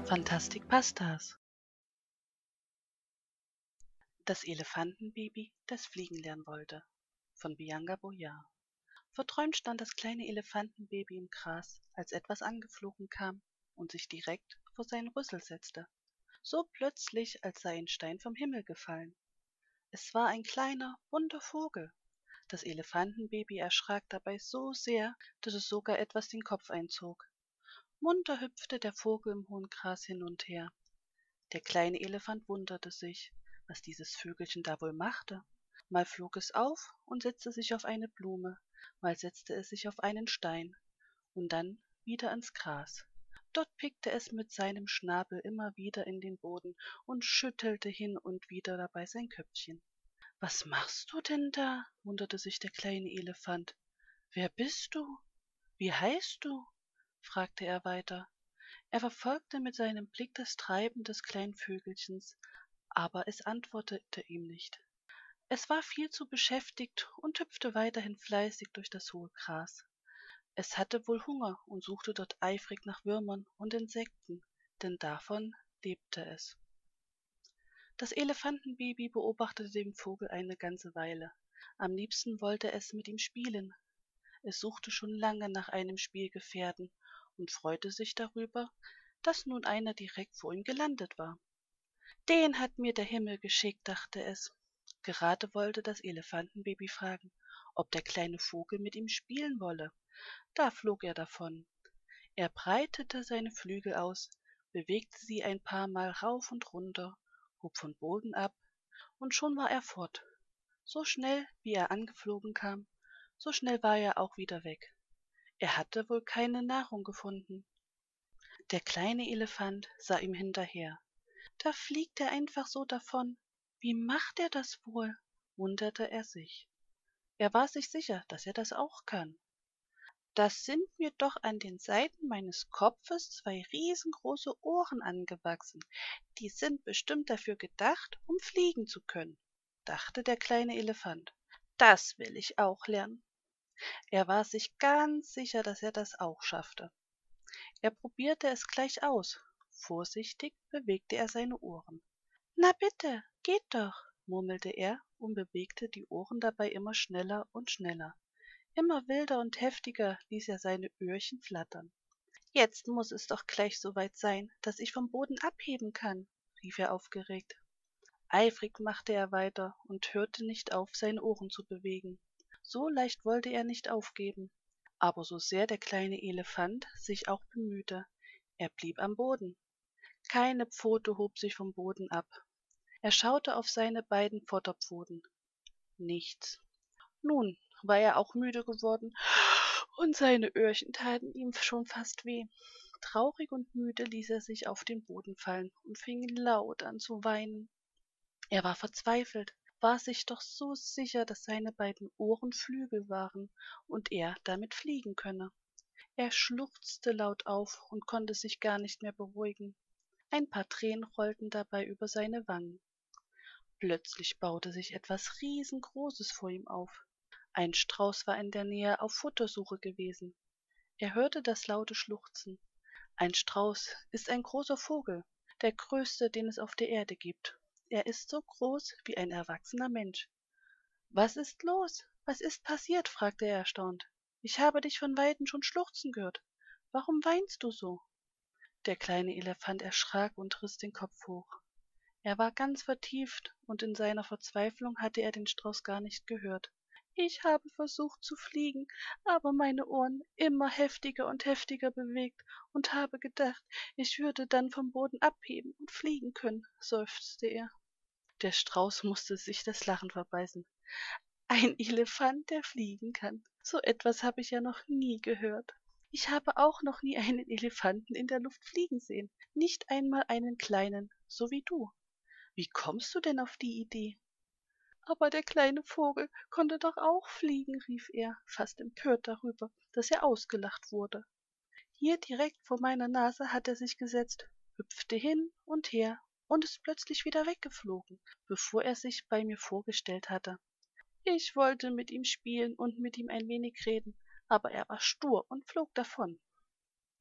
Fantastik Pastas. Das Elefantenbaby, das fliegen lernen wollte. Von Bianca Boyar. Verträumt stand das kleine Elefantenbaby im Gras, als etwas angeflogen kam und sich direkt vor seinen Rüssel setzte. So plötzlich, als sei ein Stein vom Himmel gefallen. Es war ein kleiner, bunter Vogel. Das Elefantenbaby erschrak dabei so sehr, dass es sogar etwas den Kopf einzog. Munter hüpfte der Vogel im hohen Gras hin und her. Der kleine Elefant wunderte sich, was dieses Vögelchen da wohl machte. Mal flog es auf und setzte sich auf eine Blume, mal setzte es sich auf einen Stein und dann wieder ans Gras. Dort pickte es mit seinem Schnabel immer wieder in den Boden und schüttelte hin und wieder dabei sein Köpfchen. »Was machst du denn da?« wunderte sich der kleine Elefant. »Wer bist du? Wie heißt du?« fragte er weiter. Er verfolgte mit seinem Blick das Treiben des kleinen Vögelchens, aber es antwortete ihm nicht. Es war viel zu beschäftigt und hüpfte weiterhin fleißig durch das hohe Gras. Es hatte wohl Hunger und suchte dort eifrig nach Würmern und Insekten, denn davon lebte es. Das Elefantenbaby beobachtete den Vogel eine ganze Weile. Am liebsten wollte es mit ihm spielen. Es suchte schon lange nach einem Spielgefährten und freute sich darüber, dass nun einer direkt vor ihm gelandet war. »Den hat mir der Himmel geschickt«, dachte es. Gerade wollte das Elefantenbaby fragen, ob der kleine Vogel mit ihm spielen wolle. Da flog er davon. Er breitete seine Flügel aus, bewegte sie ein paar Mal rauf und runter, hob von Boden ab, und schon war er fort. So schnell, wie er angeflogen kam, so schnell war er auch wieder weg. Er hatte wohl keine Nahrung gefunden. Der kleine Elefant sah ihm hinterher. Da fliegt er einfach so davon. Wie macht er das wohl? Wunderte er sich. Er war sich sicher, dass er das auch kann. »Das sind mir doch an den Seiten meines Kopfes 2 riesengroße Ohren angewachsen. Die sind bestimmt dafür gedacht, um fliegen zu können«, dachte der kleine Elefant. »Das will ich auch lernen.« Er war sich ganz sicher, dass er das auch schaffte. Er probierte es gleich aus. Vorsichtig bewegte er seine Ohren. »Na bitte, geht doch«, murmelte er und bewegte die Ohren dabei immer schneller und schneller. Immer wilder und heftiger ließ er seine Öhrchen flattern. »Jetzt muß es doch gleich so weit sein, dass ich vom Boden abheben kann«, rief er aufgeregt. Eifrig machte er weiter und hörte nicht auf, seine Ohren zu bewegen. So leicht wollte er nicht aufgeben. Aber so sehr der kleine Elefant sich auch bemühte, er blieb am Boden. Keine Pfote hob sich vom Boden ab. Er schaute auf seine beiden Vorderpfoten. Nichts. Nun war er auch müde geworden, und seine Öhrchen taten ihm schon fast weh. Traurig und müde ließ er sich auf den Boden fallen und fing laut an zu weinen. Er war verzweifelt, war sich doch so sicher, dass seine beiden Ohren Flügel waren und er damit fliegen könne. Er schluchzte laut auf und konnte sich gar nicht mehr beruhigen. Ein paar Tränen rollten dabei über seine Wangen. Plötzlich baute sich etwas Riesengroßes vor ihm auf. Ein Strauß war in der Nähe auf Futtersuche gewesen. Er hörte das laute Schluchzen. Ein Strauß ist ein großer Vogel, der größte, den es auf der Erde gibt. Er ist so groß wie ein erwachsener Mensch. »Was ist los? Was ist passiert?« fragte er erstaunt. »Ich habe dich von weitem schon schluchzen gehört. Warum weinst du so?« Der kleine Elefant erschrak und riss den Kopf hoch. Er war ganz vertieft, und in seiner Verzweiflung hatte er den Strauß gar nicht gehört. »Ich habe versucht zu fliegen, aber meine Ohren immer heftiger und heftiger bewegt und habe gedacht, ich würde dann vom Boden abheben und fliegen können«, seufzte er. Der Strauß musste sich das Lachen verbeißen. »Ein Elefant, der fliegen kann. So etwas habe ich ja noch nie gehört. Ich habe auch noch nie einen Elefanten in der Luft fliegen sehen, nicht einmal einen kleinen, so wie du. Wie kommst du denn auf die Idee?« »Aber der kleine Vogel konnte doch auch fliegen«, rief er, fast empört darüber, dass er ausgelacht wurde. »Hier direkt vor meiner Nase hat er sich gesetzt, hüpfte hin und her und ist plötzlich wieder weggeflogen, bevor er sich bei mir vorgestellt hatte. Ich wollte mit ihm spielen und mit ihm ein wenig reden, aber er war stur und flog davon.«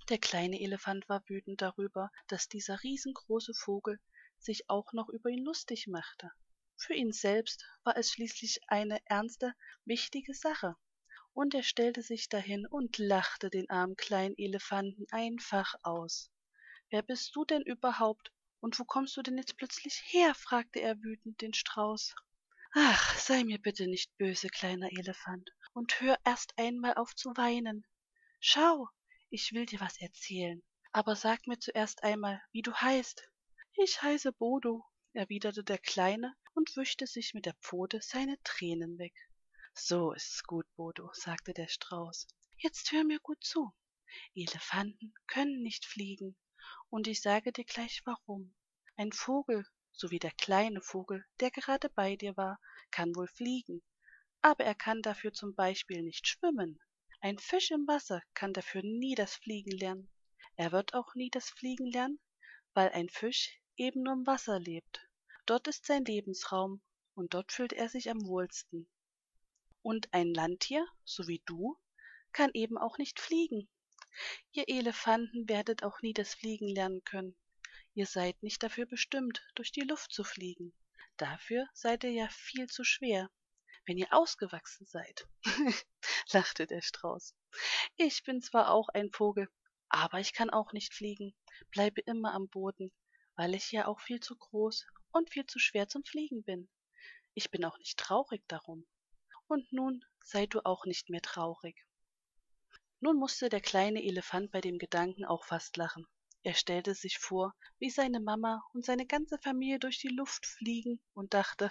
Der kleine Elefant war wütend darüber, dass dieser riesengroße Vogel sich auch noch über ihn lustig machte. Für ihn selbst war es schließlich eine ernste, wichtige Sache, und er stellte sich dahin und lachte den armen kleinen Elefanten einfach aus. »Wer bist du denn überhaupt, und wo kommst du denn jetzt plötzlich her?« fragte er wütend den Strauß. »Ach, sei mir bitte nicht böse, kleiner Elefant, und hör erst einmal auf zu weinen. Schau, ich will dir was erzählen, aber sag mir zuerst einmal, wie du heißt.« »Ich heiße Bodo«, erwiderte der Kleine und wischte sich mit der Pfote seine Tränen weg. »So ist's gut, Bodo«, sagte der Strauß. »Jetzt hör mir gut zu. Elefanten können nicht fliegen, und ich sage dir gleich warum. Ein Vogel, so wie der kleine Vogel, der gerade bei dir war, kann wohl fliegen, aber er kann dafür zum Beispiel nicht schwimmen. Ein Fisch im Wasser kann dafür nie das Fliegen lernen. Er wird auch nie das Fliegen lernen, weil ein Fisch eben nur im Wasser lebt. Dort ist sein Lebensraum, und dort fühlt er sich am wohlsten. Und ein Landtier, so wie du, kann eben auch nicht fliegen. Ihr Elefanten werdet auch nie das Fliegen lernen können. Ihr seid nicht dafür bestimmt, durch die Luft zu fliegen. Dafür seid ihr ja viel zu schwer, wenn ihr ausgewachsen seid«, lachte der Strauß. »Ich bin zwar auch ein Vogel, aber ich kann auch nicht fliegen, bleibe immer am Boden, weil ich ja auch viel zu groß und viel zu schwer zum Fliegen bin. Ich bin auch nicht traurig darum. Und nun sei du auch nicht mehr traurig.« Nun musste der kleine Elefant bei dem Gedanken auch fast lachen. Er stellte sich vor, wie seine Mama und seine ganze Familie durch die Luft fliegen, und dachte,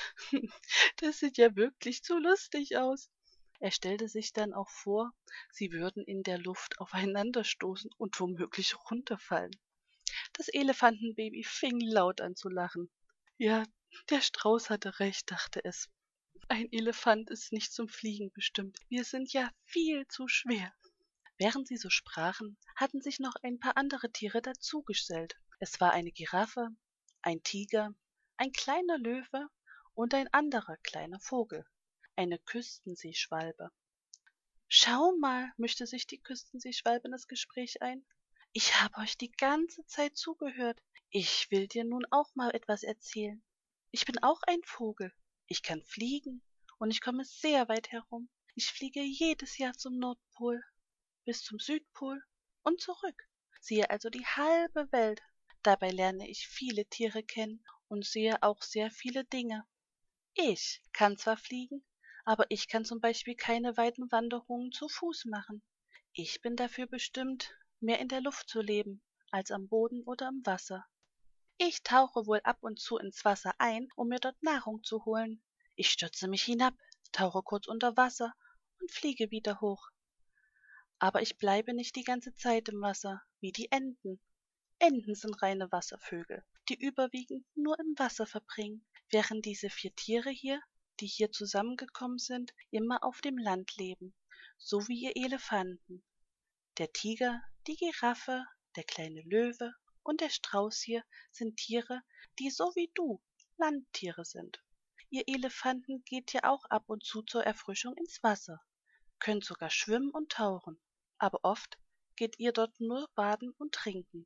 das sieht ja wirklich zu lustig aus. Er stellte sich dann auch vor, sie würden in der Luft aufeinanderstoßen und womöglich runterfallen. Das Elefantenbaby fing laut an zu lachen. Ja, der Strauß hatte recht, dachte es. Ein Elefant ist nicht zum Fliegen bestimmt. Wir sind ja viel zu schwer. Während sie so sprachen, hatten sich noch ein paar andere Tiere dazugesellt. Es war eine Giraffe, ein Tiger, ein kleiner Löwe und ein anderer kleiner Vogel, eine Küstenseeschwalbe. »Schau mal«, mischte sich die Küstenseeschwalbe in das Gespräch ein, »ich habe euch die ganze Zeit zugehört. Ich will dir nun auch mal etwas erzählen. Ich bin auch ein Vogel. Ich kann fliegen, und ich komme sehr weit herum. Ich fliege jedes Jahr zum Nordpol, bis zum Südpol und zurück, sehe also die halbe Welt. Dabei lerne ich viele Tiere kennen und sehe auch sehr viele Dinge. Ich kann zwar fliegen, aber ich kann zum Beispiel keine weiten Wanderungen zu Fuß machen. Ich bin dafür bestimmt, mehr in der Luft zu leben, als am Boden oder im Wasser. Ich tauche wohl ab und zu ins Wasser ein, um mir dort Nahrung zu holen. Ich stürze mich hinab, tauche kurz unter Wasser und fliege wieder hoch. Aber ich bleibe nicht die ganze Zeit im Wasser, wie die Enten. Enten sind reine Wasservögel, die überwiegend nur im Wasser verbringen, während diese 4 Tiere hier, die hier zusammengekommen sind, immer auf dem Land leben, so wie ihr Elefanten. Der Tiger, die Giraffe, der kleine Löwe und der Strauß hier sind Tiere, die so wie du Landtiere sind. Ihr Elefanten geht ja auch ab und zu zur Erfrischung ins Wasser, könnt sogar schwimmen und tauchen, aber oft geht ihr dort nur baden und trinken.«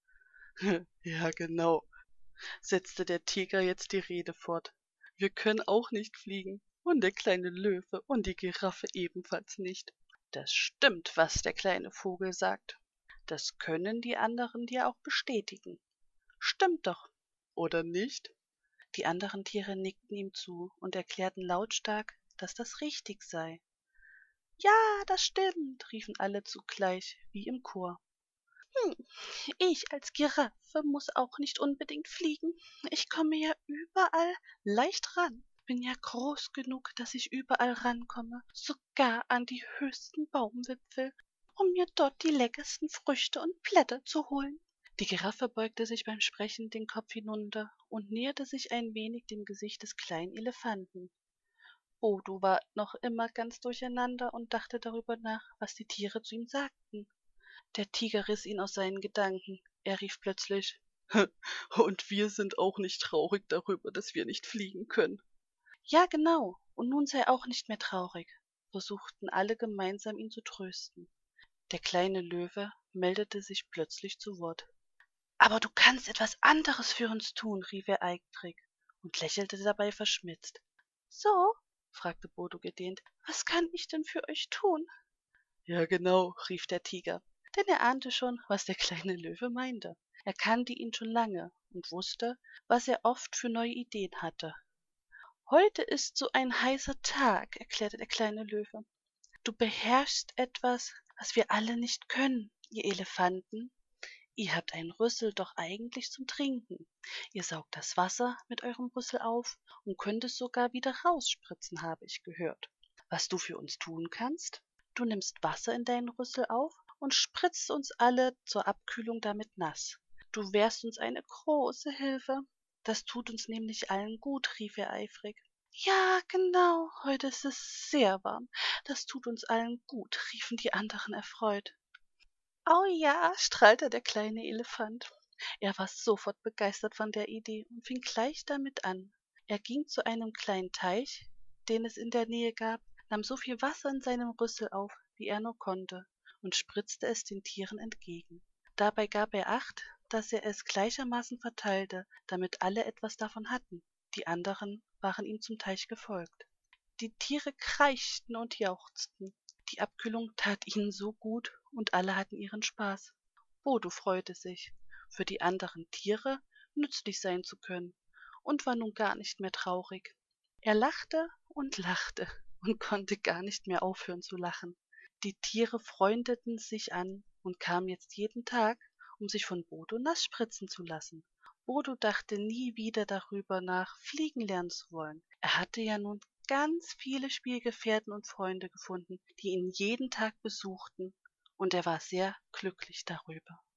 »Ja, genau«, setzte der Tiger jetzt die Rede fort. »Wir können auch nicht fliegen, und der kleine Löwe und die Giraffe ebenfalls nicht. Das stimmt, was der kleine Vogel sagt. Das können die anderen dir auch bestätigen. Stimmt doch, oder nicht?« Die anderen Tiere nickten ihm zu und erklärten lautstark, dass das richtig sei. »Ja, das stimmt«, riefen alle zugleich, wie im Chor. »Hm, ich als Giraffe muss auch nicht unbedingt fliegen. Ich komme ja überall leicht ran. Bin ja groß genug, dass ich überall rankomme, sogar an die höchsten Baumwipfel, um mir dort die leckersten Früchte und Blätter zu holen.« Die Giraffe beugte sich beim Sprechen den Kopf hinunter und näherte sich ein wenig dem Gesicht des kleinen Elefanten. Bodo war noch immer ganz durcheinander und dachte darüber nach, was die Tiere zu ihm sagten. Der Tiger riss ihn aus seinen Gedanken. Er rief plötzlich, »Und wir sind auch nicht traurig darüber, dass wir nicht fliegen können.« »Ja, genau, und nun sei auch nicht mehr traurig«, versuchten alle gemeinsam ihn zu trösten. Der kleine Löwe meldete sich plötzlich zu Wort. »Aber du kannst etwas anderes für uns tun«, rief er eifrig und lächelte dabei verschmitzt. »So?«, fragte Bodo gedehnt. »Was kann ich denn für euch tun?« »Ja, genau«, rief der Tiger, denn er ahnte schon, was der kleine Löwe meinte. Er kannte ihn schon lange und wusste, was er oft für neue Ideen hatte. »Heute ist so ein heißer Tag«, erklärte der kleine Löwe. »Du beherrschst etwas, was wir alle nicht können, ihr Elefanten. Ihr habt einen Rüssel doch eigentlich zum Trinken. Ihr saugt das Wasser mit eurem Rüssel auf und könnt es sogar wieder rausspritzen, habe ich gehört. Was du für uns tun kannst? Du nimmst Wasser in deinen Rüssel auf und spritzt uns alle zur Abkühlung damit nass. Du wärst uns eine große Hilfe. Das tut uns nämlich allen gut«, rief er eifrig. »Ja, genau, heute ist es sehr warm. Das tut uns allen gut«, riefen die anderen erfreut. »Oh ja«, strahlte der kleine Elefant. Er war sofort begeistert von der Idee und fing gleich damit an. Er ging zu einem kleinen Teich, den es in der Nähe gab, nahm so viel Wasser in seinem Rüssel auf, wie er nur konnte, und spritzte es den Tieren entgegen. Dabei gab er acht, dass er es gleichermaßen verteilte, damit alle etwas davon hatten. Die anderen waren ihm zum Teich gefolgt. Die Tiere kreischten und jauchzten. Die Abkühlung tat ihnen so gut und alle hatten ihren Spaß. Bodo freute sich, für die anderen Tiere nützlich sein zu können, und war nun gar nicht mehr traurig. Er lachte und konnte gar nicht mehr aufhören zu lachen. Die Tiere freundeten sich an und kamen jetzt jeden Tag, um sich von Bodo nass spritzen zu lassen. Bodo dachte nie wieder darüber nach, fliegen lernen zu wollen. Er hatte ja nun ganz viele Spielgefährten und Freunde gefunden, die ihn jeden Tag besuchten, und er war sehr glücklich darüber.